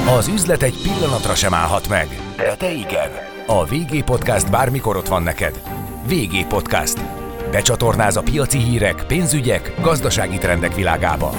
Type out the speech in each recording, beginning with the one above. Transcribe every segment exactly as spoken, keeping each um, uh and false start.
Az üzlet egy pillanatra sem állhat meg, de te igen. A vé gé Podcast bármikor ott van neked. vé gé Podcast. Becsatornáz a piaci hírek, pénzügyek, gazdasági trendek világába.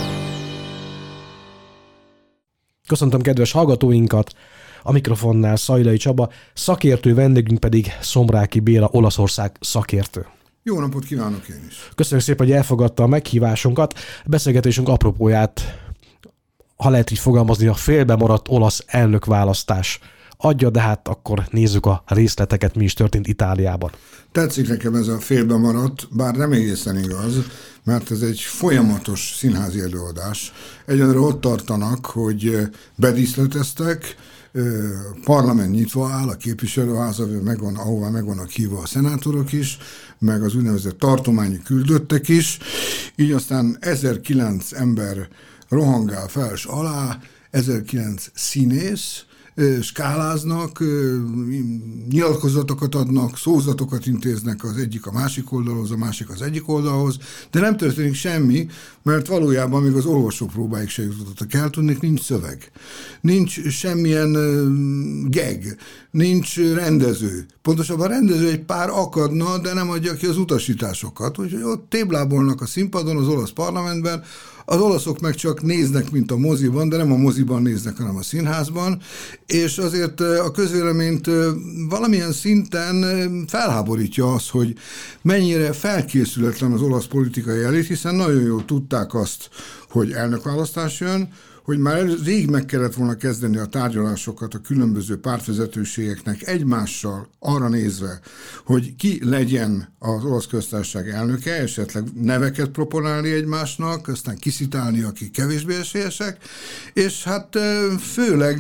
Köszöntöm kedves hallgatóinkat, a mikrofonnál Szajlai Csaba, szakértő vendégünk pedig Szomráki Béla, Olaszország szakértő. Jó napot kívánok én is! Köszönjük szépen, hogy elfogadta a meghívásunkat. Beszélgetésünk apropóját, ha lehet így fogalmazni, a félbe maradt olasz elnökválasztás adja, de hát akkor nézzük a részleteket, mi is történt Itáliában. Tetszik nekem ez a félbe maradt, bár nem egészen igaz, mert ez egy folyamatos színházi előadás. Egyenlőre ott tartanak, hogy bedíszleteztek, parlament nyitva áll, a képviselőház, megvan, ahová meg vannak hívva a szenátorok is, meg az úgynevezett tartományi küldöttek is, így aztán ezerkilenc ember rohangál fel és alá, ezerkilenc színész, skáláznak, nyilatkozatokat adnak, szózatokat intéznek az egyik a másik oldalhoz, a másik az egyik oldalhoz, de nem történik semmi, mert valójában még az olvasópróbáig se jutottak el, tudnék, nincs szöveg. Nincs semmilyen geg, nincs rendező. Pontosabban a rendező egy pár akadna, de nem adja ki az utasításokat. Úgyhogy ott téblábolnak a színpadon, az olasz parlamentben, az olaszok meg csak néznek, mint a moziban, de nem a moziban néznek, hanem a színházban, és azért a közvéleményt valamilyen szinten felháborítja az, hogy mennyire felkészületlen az olasz politikai elit, hiszen nagyon jól tudták azt, hogy elnökválasztás jön, hogy már rég meg kellett volna kezdeni a tárgyalásokat a különböző pártvezetőségeknek egymással arra nézve, hogy ki legyen az olasz köztársaság elnöke, esetleg neveket proponálni egymásnak, aztán kiszitálni, akik kevésbé esélyesek, és hát főleg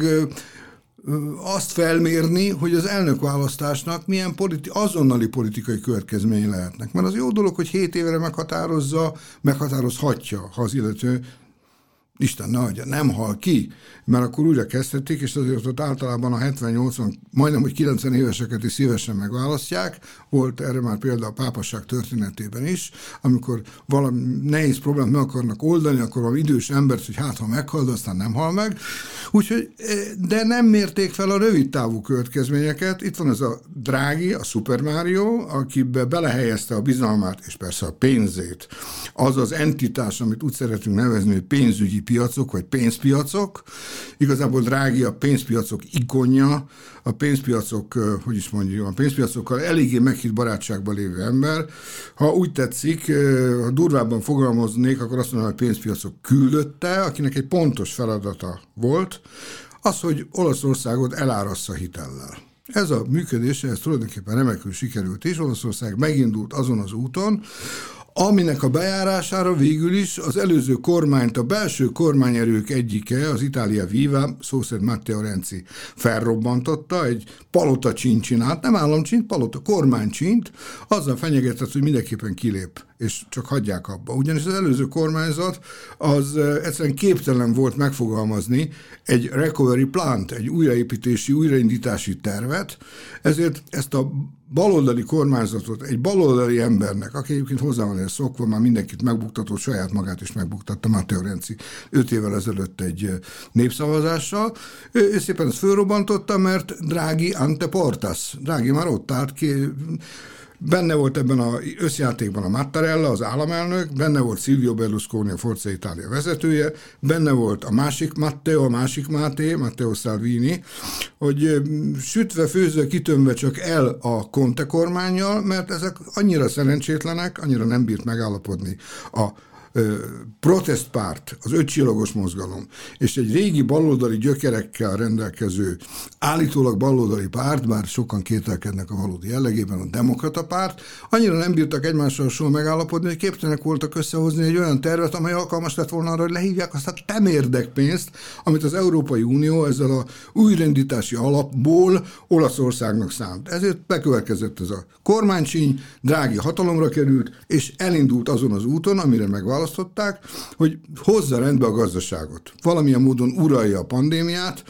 azt felmérni, hogy az elnökválasztásnak milyen politi- azonnali politikai következményei lehetnek. Mert az jó dolog, hogy hét évre meghatározza, meghatározhatja, ha az illető Isten ne adja, nem hal ki, mert akkor újra kezdhetik, és azért ott általában a hetven-nyolcvan, majdnem, hogy kilencven éveseket is szívesen megválasztják. Volt erre már példa a pápasság történetében is, amikor valami nehéz problémát meg akarnak oldani, akkor valami idős embert, hogy hát ha meghal, de aztán nem hal meg. Úgyhogy, de nem mérték fel a rövid távú következményeket. Itt van ez a Draghi, a Super Mario, akibe belehelyezte a bizalmát, és persze a pénzét. Az az entitás, amit úgy szeretünk nevezni, hogy pénzügyi piacok, vagy pénzpiacok. Igazából Draghi a pénzpiacok ikonja, a pénzpiacok, hogy is mondjuk, a pénzpiacokkal eléggé meghitt barátságban lévő ember. Ha úgy tetszik, ha durvábban fogalmaznék, akkor azt mondom, hogy a pénzpiacok küldötte, akinek egy pontos feladata volt, az, hogy Olaszországot elárassza hitellel. Ez a működése, ez tulajdonképpen remekül sikerült is. Olaszország megindult azon az úton, aminek a bejárására végül is az előző kormányt, a belső kormányerők egyike, az Italia Viva, szó szerint Matteo Renzi felrobbantotta, egy palota csint csinált, nem államcsint, palota kormánycsint, azzal fenyegetett, hogy mindenképpen kilép, és csak hagyják abba. Ugyanis az előző kormányzat az egyszerűen képtelen volt megfogalmazni egy recovery plant, egy újraépítési, újraindítási tervet, ezért ezt a baloldali kormányzatot egy baloldali embernek, aki egyébként hozzá van szokva, már mindenkit megbuktatott, saját magát is megbuktatta Matteo Renzi öt évvel ezelőtt egy népszavazással. Ő szépen ezt fölrobbantotta, mert Draghi ante portas. Draghi már ott állt ki. Benne volt ebben az összjátékban a Mattarella, az államelnök, benne volt Silvio Berlusconi, a Forza Italia vezetője, benne volt a másik Matteo, a másik Máté, Matteo Salvini, hogy sütve, főzve, kitömve csak el a Conte kormánnyal, mert ezek annyira szerencsétlenek, annyira nem bírt megállapodni a protestpárt, az ötcsillagos mozgalom, és egy régi baloldali gyökerekkel rendelkező, állítólag baloldali párt, bár sokan kételkednek a valódi jellegében, a demokrata párt, annyira nem bírtak egymással soha megállapodni, hogy képtelenek voltak összehozni egy olyan tervet, amely alkalmas lett volna arra, hogy lehívják azt a temérdekpénzt, amit az Európai Unió ezzel a újraindítási alapból Olaszországnak szánt. Ezért bekövetkezett ez a kormánycsíny, Draghi hatalomra került, és elindult azon az úton, amire megválasztották, hogy hozza rendbe a gazdaságot. Valamilyen módon uralja a pandémiát.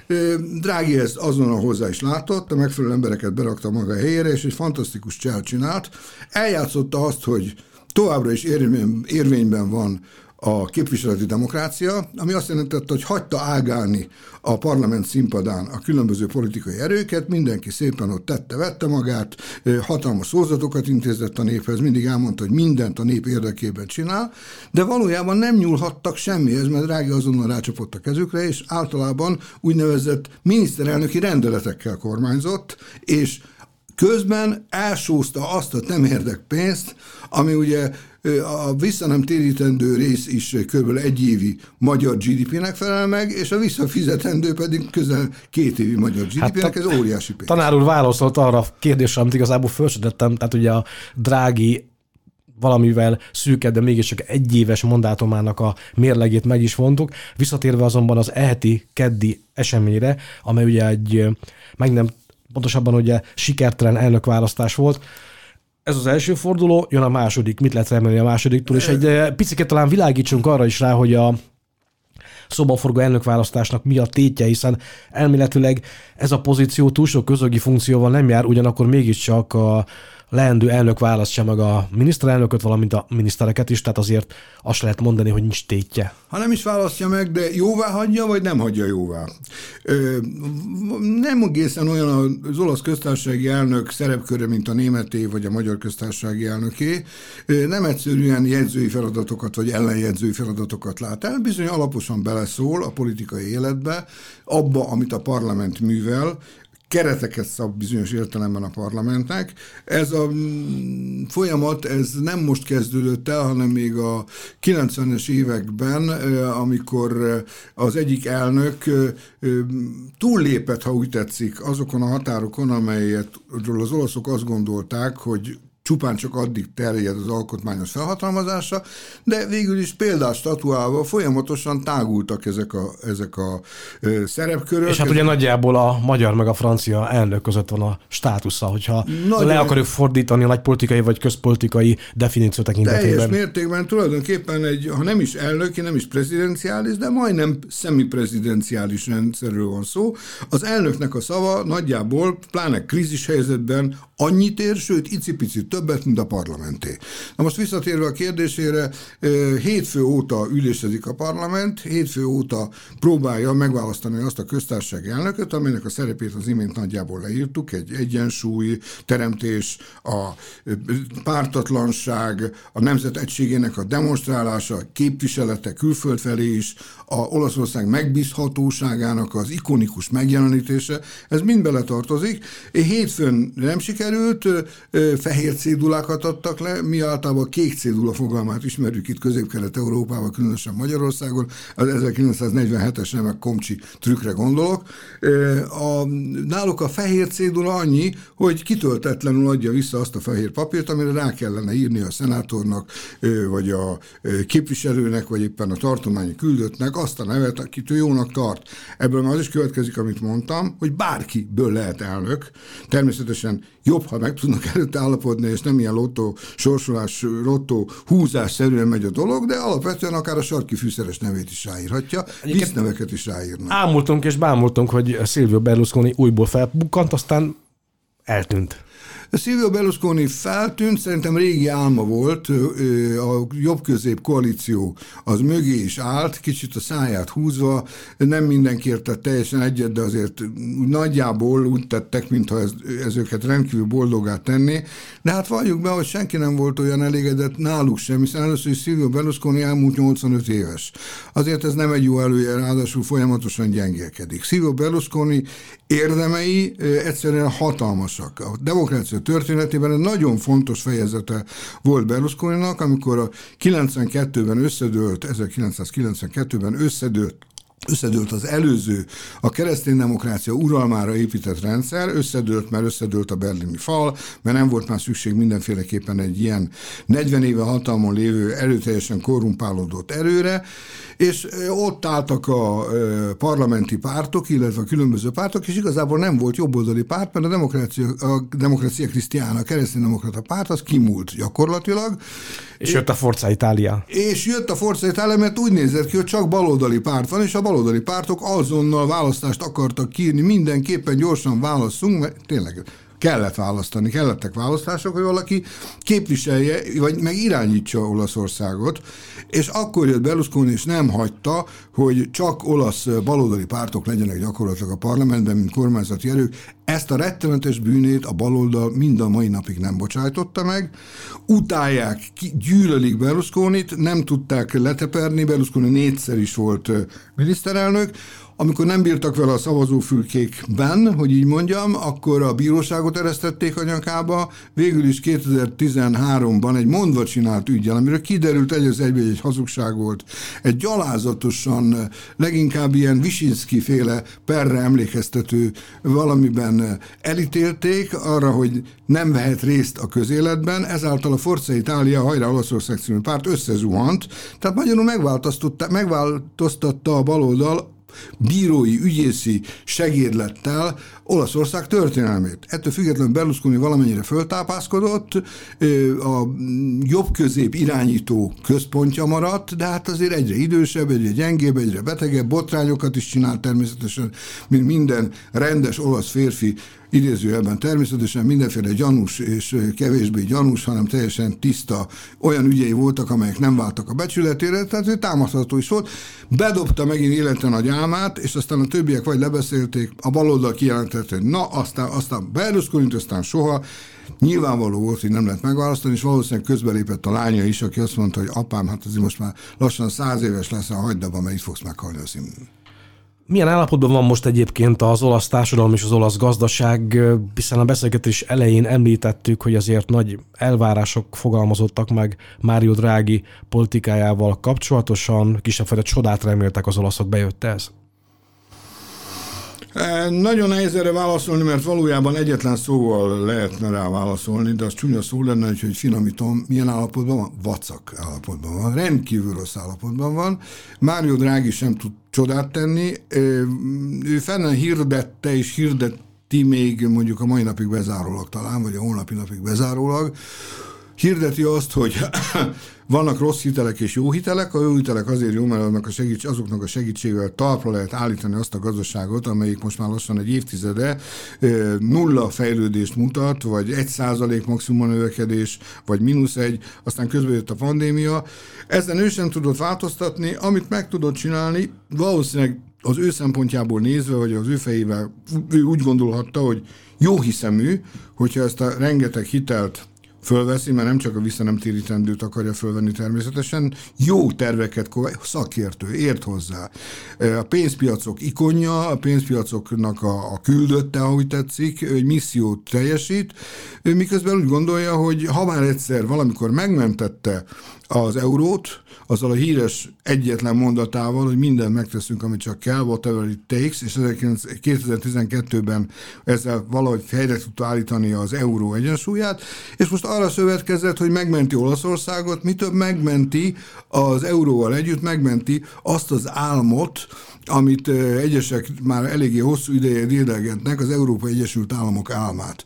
Draghi ezt azonnal hozzá is látott, a megfelelő embereket berakta maga helyére, és egy fantasztikus cselt csinált. Eljátszotta azt, hogy továbbra is érvényben van a képviseleti demokrácia, ami azt jelentette, hogy hagyta ágálni a parlament színpadán a különböző politikai erőket, mindenki szépen ott tette-vette magát, hatalmas szózatokat intézett a néphez, mindig elmondta, hogy mindent a nép érdekében csinál, de valójában nem nyúlhattak semmihez, mert Drági azonnal rácsapott a kezükre, és általában úgynevezett miniszterelnöki rendeletekkel kormányzott, és közben elsózta azt a nem érdek pénzt, ami ugye a vissza nem térítendő rész is kb. egy évi magyar gé dé pének felel meg, és a visszafizetendő pedig közel két évi magyar gé dé pének, hát ez óriási pénz. Tanár úr válaszolt arra a kérdésre, amit igazából felsötettem, tehát ugye a Drági valamivel szűkebb, de mégiscsak egyéves mandátumának a mérlegét meg is vontuk. Visszatérve azonban az eheti keddi eseményre, amely ugye egy, meg nem pontosabban ugye sikertelen elnökválasztás volt. Ez az első forduló, jön a második. Mit lehet remélni a másodiktól? És egy picit talán világítsunk arra is rá, hogy a szobaforgó elnökválasztásnak mi a tétje, hiszen elméletileg ez a pozíció túl sok közögi funkcióval nem jár, ugyanakkor mégiscsak a leendő elnök választja meg a miniszterelnököt, valamint a minisztereket is, tehát azért azt lehet mondani, hogy nincs tétje. Ha nem is választja meg, de jóvá hagyja, vagy nem hagyja jóvá. Ö, nem egészen olyan az olasz köztársasági elnök szerepköre, mint a németé, vagy a magyar köztársasági elnöké. Ö, nem egyszerűen jegyzői feladatokat, vagy ellenjegyzői feladatokat lát el, bizony alaposan beleszól a politikai életbe, abba, amit a parlament művel, kereteket szab bizonyos értelemben a parlamentnek. Ez a folyamat, ez nem most kezdődött el, hanem még a kilencvenes években, amikor az egyik elnök túllépett, ha úgy tetszik, azokon a határokon, amelyetről az olaszok azt gondolták, hogy csupán csak addig terjed az alkotmányos felhatalmazása, de végül is példát statuálva folyamatosan tágultak ezek a, ezek a ö, szerepkörök. És hát ugye nagyjából a magyar meg a francia elnök között van a státusza, hogyha Nagy le akarjuk fordítani a nagypolitikai vagy közpolitikai definíció tekintetében. Teljes mértékben tulajdonképpen egy, ha nem is elnöki, nem is prezidenciális, de majdnem szemiprezidenciális rendszerről van szó. Az elnöknek a szava nagyjából, pláne krízis helyzetben annyit ér, sőt, icipicit többet, mint a parlamenté. Na most visszatérve a kérdésére, hétfő óta ülésezik a parlament, hétfő óta próbálja megválasztani azt a köztársasági elnököt, aminek a szerepét az imént nagyjából leírtuk, egy egyensúly, teremtés, a pártatlanság, a nemzet egységének a demonstrálása, képviselete külföld felé is, a Olaszország megbízhatóságának az ikonikus megjelenítése, ez mind beletartozik. Hétfőn nem sikerült, fehér cédulákat adtak le, mi általában a kék cédula fogalmát ismerjük itt Közép-Kelet-Európában, különösen Magyarországon, az ezerkilencszáznegyvenhetes remek Komcsi trükkre gondolok. A, náluk a fehér cédula annyi, hogy kitöltetlenül adja vissza azt a fehér papírt, amire rá kellene írni a szenátornak, vagy a képviselőnek, vagy éppen a tartományi küldöttnek azt a nevet, akit ő jónak tart. Ebből már az is következik, amit mondtam, hogy bárkiből lehet elnök. Természetesen jobb, ha meg tudnak előtte állapodni, és nem ilyen lottó, sorsolás, lottó, húzásszerűen megy a dolog, de alapvetően akár a sarki fűszeres nevét is ráírhatja, vízneveket is ráírnak. Ámultunk és bámultunk, hogy Silvio Berlusconi újból felbukkant, aztán eltűnt. Silvio Berlusconi feltűnt, szerintem régi álma volt, a jobb-közép koalíció az mögé is állt, kicsit a száját húzva, nem mindenki értett teljesen egyet, de azért nagyjából úgy tettek, mintha ez, ez őket rendkívül boldogá tenné, de hát valljuk be, hogy senki nem volt olyan elégedett náluk sem, hiszen először is Silvio Berlusconi elmúlt nyolcvanöt éves. Azért ez nem egy jó előjel, ráadásul folyamatosan gyengélkedik. Silvio Berlusconi érdemei egyszerűen hatalmasak. A demokrácia történetében egy nagyon fontos fejezete volt Berlusconinak, amikor a kilencvenkettőben összedőlt, ezerkilencszázkilencvenkettőben összedőlt összedőlt az előző, a kereszténydemokrácia uralmára épített rendszer, összedőlt, mert összedőlt a berlini fal, mert nem volt már szükség mindenféleképpen egy ilyen negyven éve hatalmon lévő, erőteljesen korrumpálódott erőre, és ott álltak a parlamenti pártok, illetve a különböző pártok, és igazából nem volt jobboldali párt, mert a demokrácia, a demokrácia krisztiána, a kereszténydemokrata párt, az kimúlt gyakorlatilag. És jött a Forza Italia. És jött a Forza Italia, mert úgy nézett ki, hogy csak baloldali párt van, és a baloldali pártok azonnal választást akartak kiírni, mindenképpen gyorsan válasszunk, mert tényleg kellett választani, kellettek választások, hogy valaki képviselje, vagy meg irányítsa Olaszországot, és akkor jött Berlusconi, és nem hagyta, hogy csak olasz baloldali pártok legyenek gyakorlatilag a parlamentben, mint kormányzati erők. Ezt a rettenetes bűnét a baloldal mind a mai napig nem bocsájtotta meg. Utálják, gyűlölik Berlusconit, nem tudták leteperni, Berlusconi négyszer is volt miniszterelnök. Amikor nem bírtak vele a szavazófülkékben, hogy így mondjam, akkor a bíróságot eresztették a nyakába, végül is kétezer-tizenháromban egy mondva csinált üggyel, amiről kiderült egy az egyben, egy hazugság volt, egy gyalázatosan, leginkább ilyen Visinszky-féle perre emlékeztető valamiben elítélték arra, hogy nem vehet részt a közéletben, ezáltal a Forza Italia, hajrá Olaszország című párt összezuhant, tehát magyarul megváltoztatta a baloldal bírói, ügyészi segédlettel Olaszország történelmét. Ettől függetlenül Berlusconi valamennyire föltápászkodott, a jobb-közép irányító központja maradt, de hát azért egyre idősebb, egyre gyengébb, egyre betegebb, botrányokat is csinált természetesen, mint minden rendes olasz férfi, idézőjelben természetesen mindenféle gyanús és kevésbé gyanús, hanem teljesen tiszta olyan ügyei voltak, amelyek nem váltak a becsületére, tehát ő támadható is volt. Bedobta megint életen a gyámát, és aztán a többiek vagy lebeszélték, a baloldal kijelentette, hogy na, aztán, aztán Berlusconit, aztán soha. Nyilvánvaló volt, hogy nem lehet megválasztani, és valószínűleg közbelépett a lánya is, aki azt mondta, hogy apám, hát azért most már lassan száz éves lesz, hagyd abba, mert itt fogsz meghalni a színben. Milyen állapotban van most egyébként az olasz társadalom és az olasz gazdaság, hiszen a beszélgetés elején említettük, hogy azért nagy elvárások fogalmazottak meg Mário Draghi politikájával kapcsolatosan, kisebbfajta csodát reméltek az olaszok, bejött ez? Nagyon nehéz erre válaszolni, mert valójában egyetlen szóval lehetne rá válaszolni, de az csúnya szó lenne, hogy finomítom, milyen állapotban van? Vacak állapotban van, rendkívül rossz állapotban van. Mário Draghi sem tud csodát tenni. Ő fenn hirdette és hirdeti még mondjuk a mai napig bezárólag talán, vagy a holnapi napig bezárólag, hirdeti azt, hogy vannak rossz hitelek és jó hitelek. A jó hitelek azért jó, mert azoknak a, segíts, azoknak a segítségével talpra lehet állítani azt a gazdaságot, amelyik most már lassan egy évtizede nulla fejlődést mutat, vagy egy százalék maximum növekedés, vagy mínusz egy, aztán közben jött a pandémia. Ezen ő sem tudott változtatni, amit meg tudott csinálni, valószínűleg az ő szempontjából nézve, vagy az ő fejével ő úgy gondolhatta, hogy jó hiszemű, hogyha ezt a rengeteg hitelt fölveszi, mert nem csak a visszanemtérítendőt akarja fölvenni természetesen, jó terveket, szakértő, ért hozzá. A pénzpiacok ikonja, a pénzpiacoknak a, a küldötte, ahogy tetszik, egy missziót teljesít, miközben úgy gondolja, hogy ha már egyszer valamikor megmentette az eurót, azzal a híres egyetlen mondatával, hogy mindent megteszünk, amit csak kell, whatever it takes, és kétezer-tizenkettőben ezzel valahogy helyre tudta állítani az euró egyensúlyát, és most arra szövetkezett, hogy megmenti Olaszországot, mi több megmenti az euróval együtt, megmenti azt az álmot, amit egyesek már eléggé hosszú ideje dédelgetnek, az Európai Egyesült Államok álmát.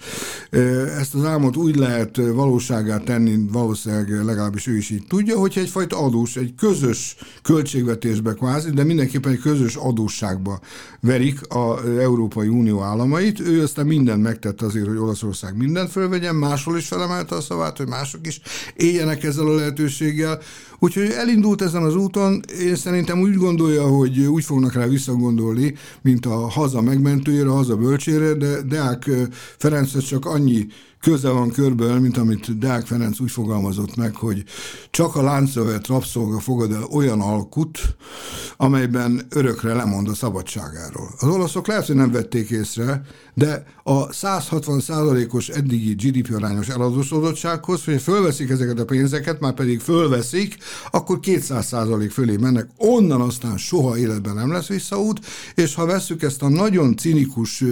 Ezt az álmot úgy lehet valóságá tenni, valószínűleg legalábbis ő is így tudja, hogyha egyfajta adós, egy közös költségvetésbe kvázi, de mindenképpen egy közös adósságba verik az Európai Unió államait. Ő aztán mindent megtett azért, hogy Olaszország mindent fölvegyen, máshol is felemelte a szavát, hogy mások is éljenek ezzel a lehetőséggel. Úgyhogy elindult ezen az úton, én szerintem úgy gondolja, hogy úgy fognak rá visszagondolni, mint a haza megmentőjére, a haza bölcsére, de Deák Ferenchez csak annyi köze van körből, mint amit Deák Ferenc úgy fogalmazott meg, hogy csak a láncövet rabszolga fogad el olyan alkut, amelyben örökre lemond a szabadságáról. Az olaszok lehet, hogy nem vették észre, de a száz hatvan százalékos eddigi gé dé pé arányos eladósodottsághoz, hogy fölveszik ezeket a pénzeket, már pedig fölveszik, akkor kétszáz százalék fölé mennek, onnan aztán soha életben nem lesz visszaút, és ha vesszük ezt a nagyon cinikus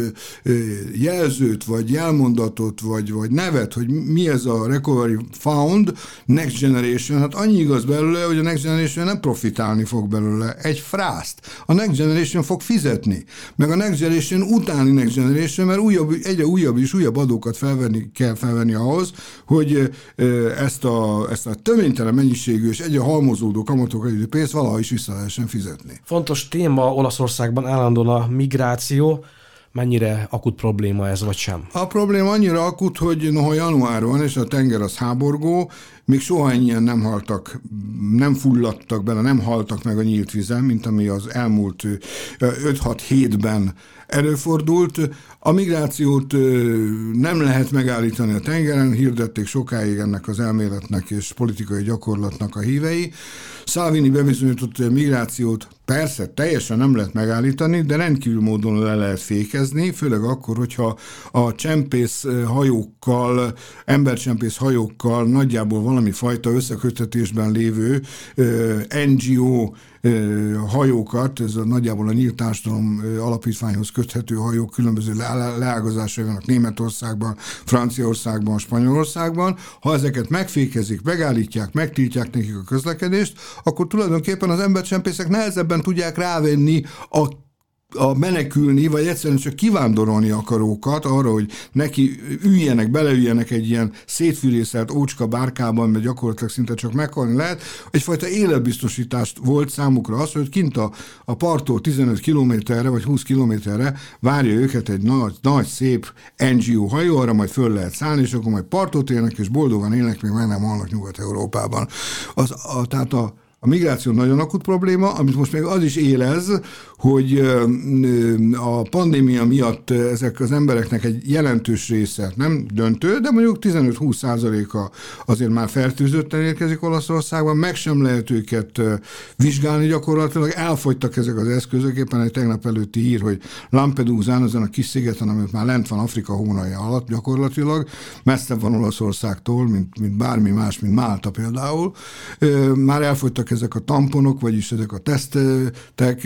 jelzőt, vagy jelmondatot, vagy, vagy nevet, hogy mi ez a Recovery Fund, Next Generation, hát annyi igaz belőle, hogy a Next Generation nem profitálni fog belőle, egy frászt. A Next Generation fog fizetni, meg a Next Generation utáni Next Generation, mert újabb, egyre újabb és újabb adókat felvenni, kell felvenni ahhoz, hogy ezt a, ezt a töménytelen mennyiségű és egyre halmozódó kamatokkal idő pénzt valaha is vissza lehessen fizetni. Fontos téma Olaszországban állandóan a migráció. mennyire akut probléma ez, vagy sem? A probléma annyira akut, hogy noha január van, és a tenger az háborgó, még soha ennyien nem haltak, nem fulladtak bele, nem haltak meg a nyílt vízen, mint ami az elmúlt öt-hat hétben előfordult. A migrációt nem lehet megállítani a tengeren, hirdették sokáig ennek az elméletnek és politikai gyakorlatnak a hívei. Salvini bebizonyított, hogy a migrációt persze teljesen nem lehet megállítani, de rendkívül módon le lehet fékezni, főleg akkor, hogyha a csempész hajókkal, embercsempész hajókkal nagyjából valami fajta összeköttetésben lévő en gé o hajókat, ez a nagyjából a Nyílt Társadalom Alapítványhoz köthető hajók különböző leágazásai vannak Németországban, Franciaországban, Spanyolországban. Ha ezeket megfékezik, megállítják, megtiltják nekik a közlekedést, akkor tulajdonképpen az embercsempészek nehezebben tudják rávenni a a menekülni, vagy egyszerűen csak kivándorolni akarókat arra, hogy neki üljenek, beleüljenek egy ilyen szétfűrészelt ócska bárkában, mert gyakorlatilag szinte csak meghalni lehet. Egyfajta életbiztosítást volt számukra az, hogy kint a, a parttól tizenöt kilométerre, vagy húsz kilométerre várja őket egy nagy, nagy szép en gé o hajó, arra majd föl lehet szállni, és akkor majd partot élnek, és boldogan élnek, még meg nem halnak Nyugat-Európában. Az, a, tehát a A migráció nagyon akut probléma, amit most még az is élez, hogy a pandémia miatt ezek az embereknek egy jelentős része nem döntő, de mondjuk tizenöt-húsz százaléka azért már fertőzötten érkezik Olaszországban, meg sem lehet őket vizsgálni gyakorlatilag, elfogytak ezek az eszközök, éppen egy tegnap előtti hír, hogy Lampedusán, azon a kis szigeten, amit már lent van Afrika hónalja alatt gyakorlatilag, messzebb van Olaszországtól, mint, mint bármi más, mint Málta például, már elfogytak ezek a tamponok, vagyis ezek a tesztek,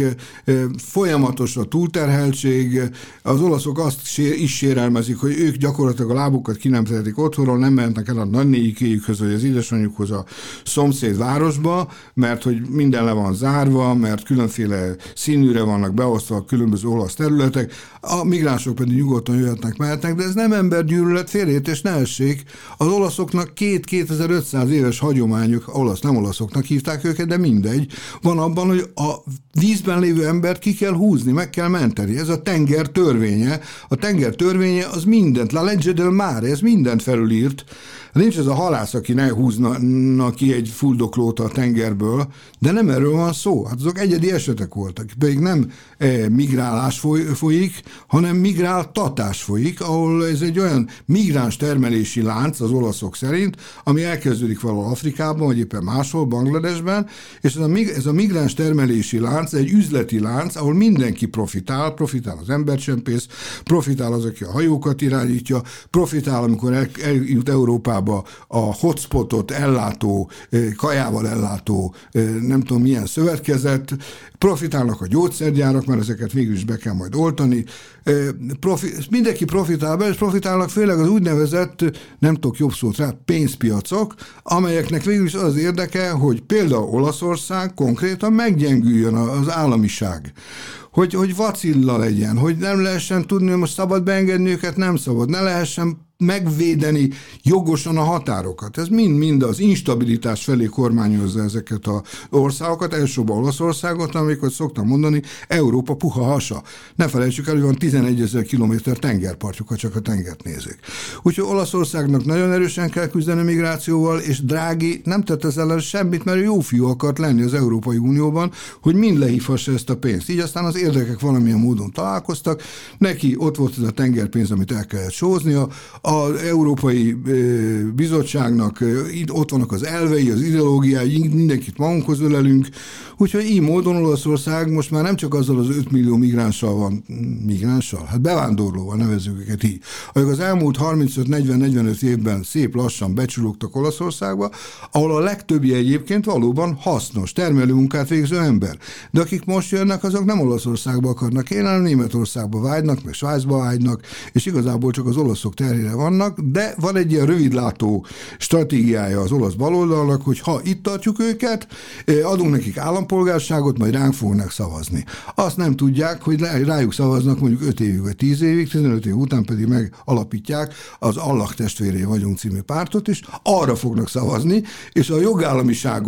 folyamatos a túlterheltség, az olaszok azt is sérelmezik, hogy ők gyakorlatilag a lábukat ki nem tehetik otthonról, nem mehetnek el a nagynéikéjükhöz, vagy az édesanyjukhoz a szomszéd városba, mert hogy minden le van zárva, mert különféle színűre vannak beosztva a különböző olasz területek, a migránsok pedig nyugodtan jöhetnek, mehetnek, de ez nem embergyűlölet, félreértés, ne essék. Az olaszoknak két-kétezer-ötszáz éves hagyományuk, olasz, nem olaszoknak hívták őket, de mindegy, van abban, hogy a vízben lévő embert ki kell húzni, meg kell menteni. Ez a tenger törvénye. A tenger törvénye az mindent, la legge del mare, ez mindent felülírt. Nincs ez a halász, aki ne húzna ki egy fuldoklót a tengerből, de nem erről van szó. Hát azok egyedi esetek voltak. Pedig nem e, migrálás foly, folyik, hanem migráltatás folyik, ahol ez egy olyan migráns termelési lánc az olaszok szerint, ami elkezdődik valahol Afrikában, vagy éppen máshol, Bangladesben, és ez a, ez a migráns termelési lánc egy üzleti lánc, ahol mindenki profitál, profitál az embercsempész, profitál az, aki a hajókat irányítja, profitál, amikor el, eljut Európába a hotspotot ellátó, kajával ellátó, nem tudom milyen szövetkezet, profitálnak a gyógyszergyárak, mert ezeket végül is be kell majd oltani, Profi, mindenki profitál be, és profitálnak főleg az úgynevezett, nem tudok jobb szót rá, pénzpiacok, amelyeknek végül is az érdeke, hogy például Olaszország konkrétan meggyengüljön az államiság. Hogy, hogy vacilla legyen, hogy nem lehessen tudni, hogy most szabad beengedni őket, nem szabad, ne lehessen megvédeni jogosan a határokat. Ez mind-mind az instabilitás felé kormányozza ezeket az országokat, elsősorban Olaszországot, amikor szoktam mondani, Európa puha hasa. Ne felejtsük el, hogy van tizenegyezer kilométer tengerpartjuk, ha csak a tengert nézzük. Úgyhogy Olaszországnak nagyon erősen kell küzdeni a migrációval, és Draghi nem tett ezzel ellen semmit, mert ő jó fiú akart lenni az Európai Unióban, hogy mind lehívhassa ezt a pénzt. Így aztán az érdekek valamilyen módon találkoztak, neki ott volt ez a tengerpénz, amit el kellett sóznia, az Európai Bizottságnak ott vannak az elvei, az ideológiái, mindenkit magunkhoz ölelünk, úgyhogy így módon Olaszország most már nem csak azzal az öt millió migránssal van, migránssal? Hát bevándorlóval nevezzük őket így. Akik az elmúlt harmincöt-negyven-negyvenöt évben szép lassan becsülogtak Olaszországba, ahol a legtöbbje egyébként valóban hasznos, termelőmunkát végző ember. De akik most jönnek, azok nem Olaszországba akarnak élni, hanem Németországba vágynak, meg Svájcba vágynak, és igazából csak az olaszok terhére vannak, de van egy ilyen rövidlátó stratégiája az olasz baloldalnak, hogy ha itt tartjuk őket, adunk nekik állampolgárságot, majd ránk fognak szavazni. Azt nem tudják, hogy rájuk szavaznak mondjuk öt évig vagy tíz évig, tizenöt év után pedig megalapítják az Allah testvéré vagyunk című pártot, és arra fognak szavazni, és a jogállamiságot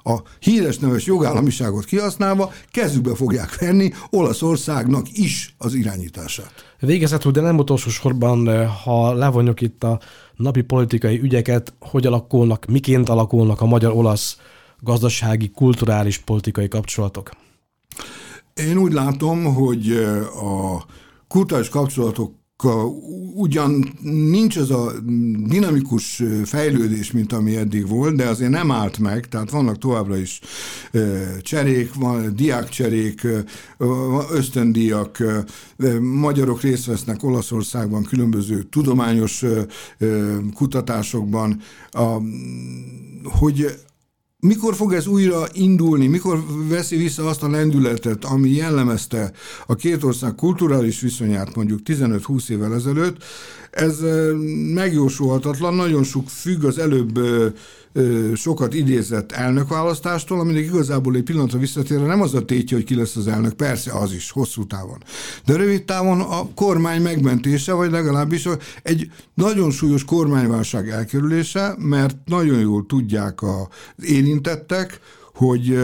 a híres neves jogállamiságot kihasználva kezükbe fogják venni Olaszországnak is az irányítását. Végezetül, de nem utolsó sorban, ha levonjuk itt a napi politikai ügyeket, hogy alakulnak, miként alakulnak a magyar-olasz gazdasági, kulturális, politikai kapcsolatok? Én úgy látom, hogy a kulturális kapcsolatok ugyan nincs az a dinamikus fejlődés, mint ami eddig volt, de azért nem állt meg, tehát vannak továbbra is cserék, van diákcserék, ösztöndíjak, magyarok részt vesznek Olaszországban különböző tudományos kutatásokban, hogy mikor fog ez újra indulni, mikor veszi vissza azt a lendületet, ami jellemezte a két ország kulturális viszonyát mondjuk tizenöt-húsz évvel ezelőtt, ez megjósolhatatlan, nagyon sok függ az előbb sokat idézett elnökválasztástól, aminek igazából egy pillanatra visszatérve nem az a tétje, hogy ki lesz az elnök, persze az is, hosszú távon. De rövid távon a kormány megmentése, vagy legalábbis egy nagyon súlyos kormányválság elkerülése, mert nagyon jól tudják az érintettek, hogy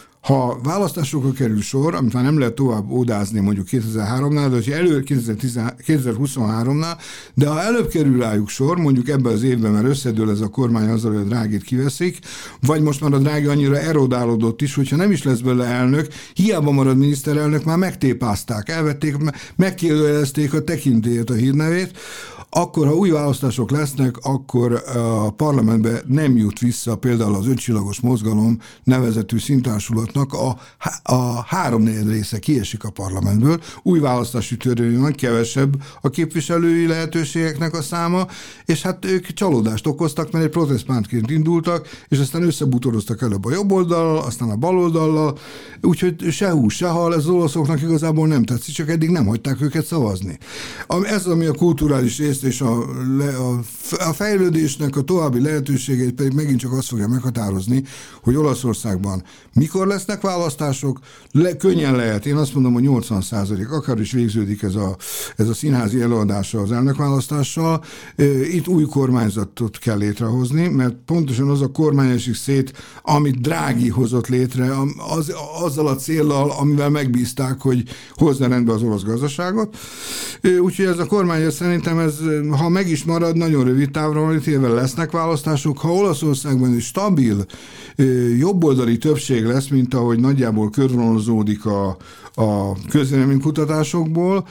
ha választásokra kerül sor, amit már nem lehet tovább ódázni mondjuk kétezer-háromnál, de hogyha elő kétezer-huszonháromnál, de ha előbb kerül rájuk sor, mondjuk ebben az évben, mert összedől ez a kormány azzal, hogy a Drágit kiveszik, vagy most már a Drági annyira erodálódott is, hogyha nem is lesz belőle elnök, hiába marad miniszterelnök, már megtépázták, elvették, megkérdőjelezték a tekintélyét, a hírnevét, akkor, ha új választások lesznek, akkor a parlamentbe nem jut vissza például az ötcsillagos mozgalom nevezetű színtársulatnak a, a háromnegyed része kiesik a parlamentből. Új választási törvény van, kevesebb a képviselői lehetőségeknek a száma, és hát ők csalódást okoztak, mert egy protestpártként indultak, és aztán összebutoroztak előbb a jobb oldallal, aztán a bal oldallal, úgyhogy se hús, se hal, ez az olaszoknak igazából nem tetszik, csak eddig nem hagyták őket szavazni. Ez, ami a kulturális rész és a, a, a fejlődésnek a további lehetőségeit pedig megint csak azt fogja meghatározni, hogy Olaszországban mikor lesznek választások, le, könnyen lehet, én azt mondom, hogy nyolcvan százalék, akár is végződik ez a, ez a színházi előadása az elnökválasztással, itt új kormányzatot kell létrehozni, mert pontosan az a kormány esik szét, amit Drági hozott létre, az, azzal a céllal, amivel megbízták, hogy hozza rendbe az olasz gazdaságot. Úgyhogy ez a kormány szerintem ez, ha meg is marad, nagyon rövid távra van ítélve, lesznek választások. Ha Olaszországban is stabil, jobboldali többség lesz, mint ahogy nagyjából körvonalazódik a, a közvéleménykutatásokból,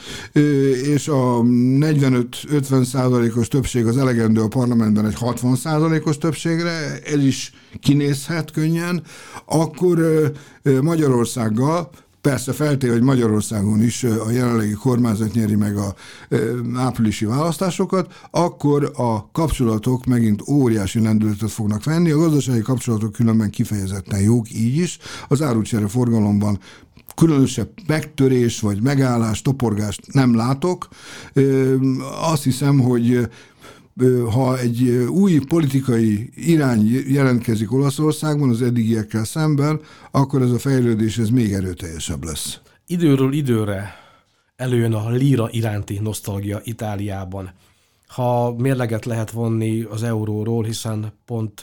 és a negyvenöt-ötven százalékos többség az elegendő a parlamentben egy hatvan százalékos többségre, ez is kinézhet könnyen, akkor Magyarországgal, persze feltéve, hogy Magyarországon is a jelenlegi kormányzat nyeri meg a áprilisi választásokat, akkor a kapcsolatok megint óriási lendületet fognak venni. A gazdasági kapcsolatok különben kifejezetten jók, így is. Az árucsere forgalomban különösebb megtörés, vagy megállás, toporgást nem látok. Azt hiszem, hogy ha egy új politikai irány jelentkezik Olaszországban az eddigiekkel szemben, akkor ez a fejlődés ez még erőteljesebb lesz. Időről időre előjön a líra iránti nosztalgia Itáliában. Ha mérleget lehet vonni az euróról, hiszen pont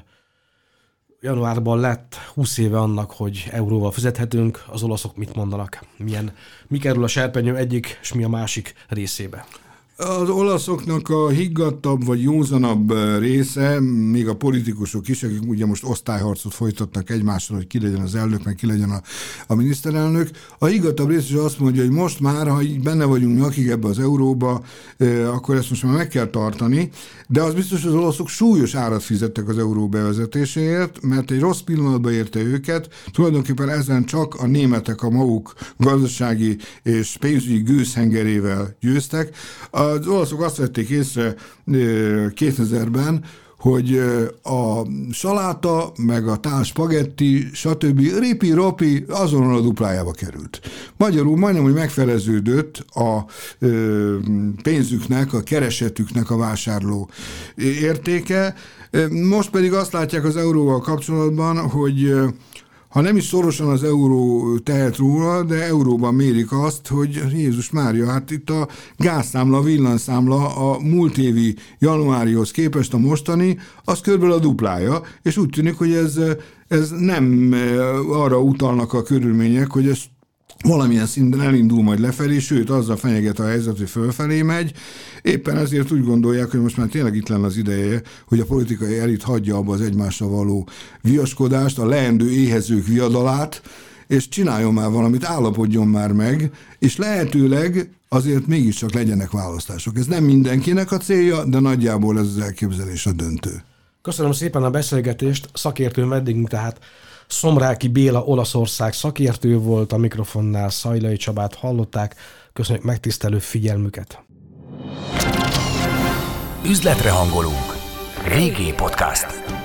januárban lett húsz éve annak, hogy euróval fizethetünk, az olaszok mit mondanak? Milyen, mi kerül a serpenyő egyik, és mi a másik részébe? Az olaszoknak a higgadtabb vagy józanabb része, még a politikusok is, akik ugye most osztályharcot folytatnak egymással, hogy ki legyen az elnök, meg ki legyen a, a miniszterelnök. A higgadtabb rész is azt mondja, hogy most már, ha így benne vagyunk nyakig ebbe az euróba, akkor ezt most már meg kell tartani, de az biztos, hogy az olaszok súlyos árat fizettek az euró bevezetéséért, mert egy rossz pillanatban érte őket, tulajdonképpen ezen csak a németek a maguk gazdasági és pénzügyi gőzhengerével győztek. Az olaszok azt vették észre kétezerben, hogy a saláta, meg a tál spagetti, stb. Ripi-ropi azonnal a duplájába került. Magyarul majdnem, hogy megfeleződött a pénzüknek, a keresetüknek a vásárló értéke. Most pedig azt látják az euróval kapcsolatban, hogy ha nem is szorosan az euró tehet róla, de euróban mérik azt, hogy Jézus Mária, hát itt a gázszámla, a villanyszámla a múlt évi januárihoz képest a mostani, az körülbelül a duplája, és úgy tűnik, hogy ez, ez nem arra utalnak a körülmények, hogy ez valamilyen szinten elindul majd lefelé, sőt azzal fenyeget a helyzet, hogy fölfelé megy. Éppen ezért úgy gondolják, hogy most már tényleg itt lenne az ideje, hogy a politikai elit hagyja abba az egymással való viaskodást, a leendő éhezők viadalát, és csináljon már valamit, állapodjon már meg, és lehetőleg azért mégiscsak legyenek választások. Ez nem mindenkinek a célja, de nagyjából ez az elképzelés a döntő. Köszönöm szépen a beszélgetést, szakértő vendégünk tehát Szomráki Béla Olaszország szakértő volt, a mikrofonnál Szajlai Csabát hallották. Köszönjük megtisztelő figyelmüket. Üzletre hangolunk. vé gé Podcast.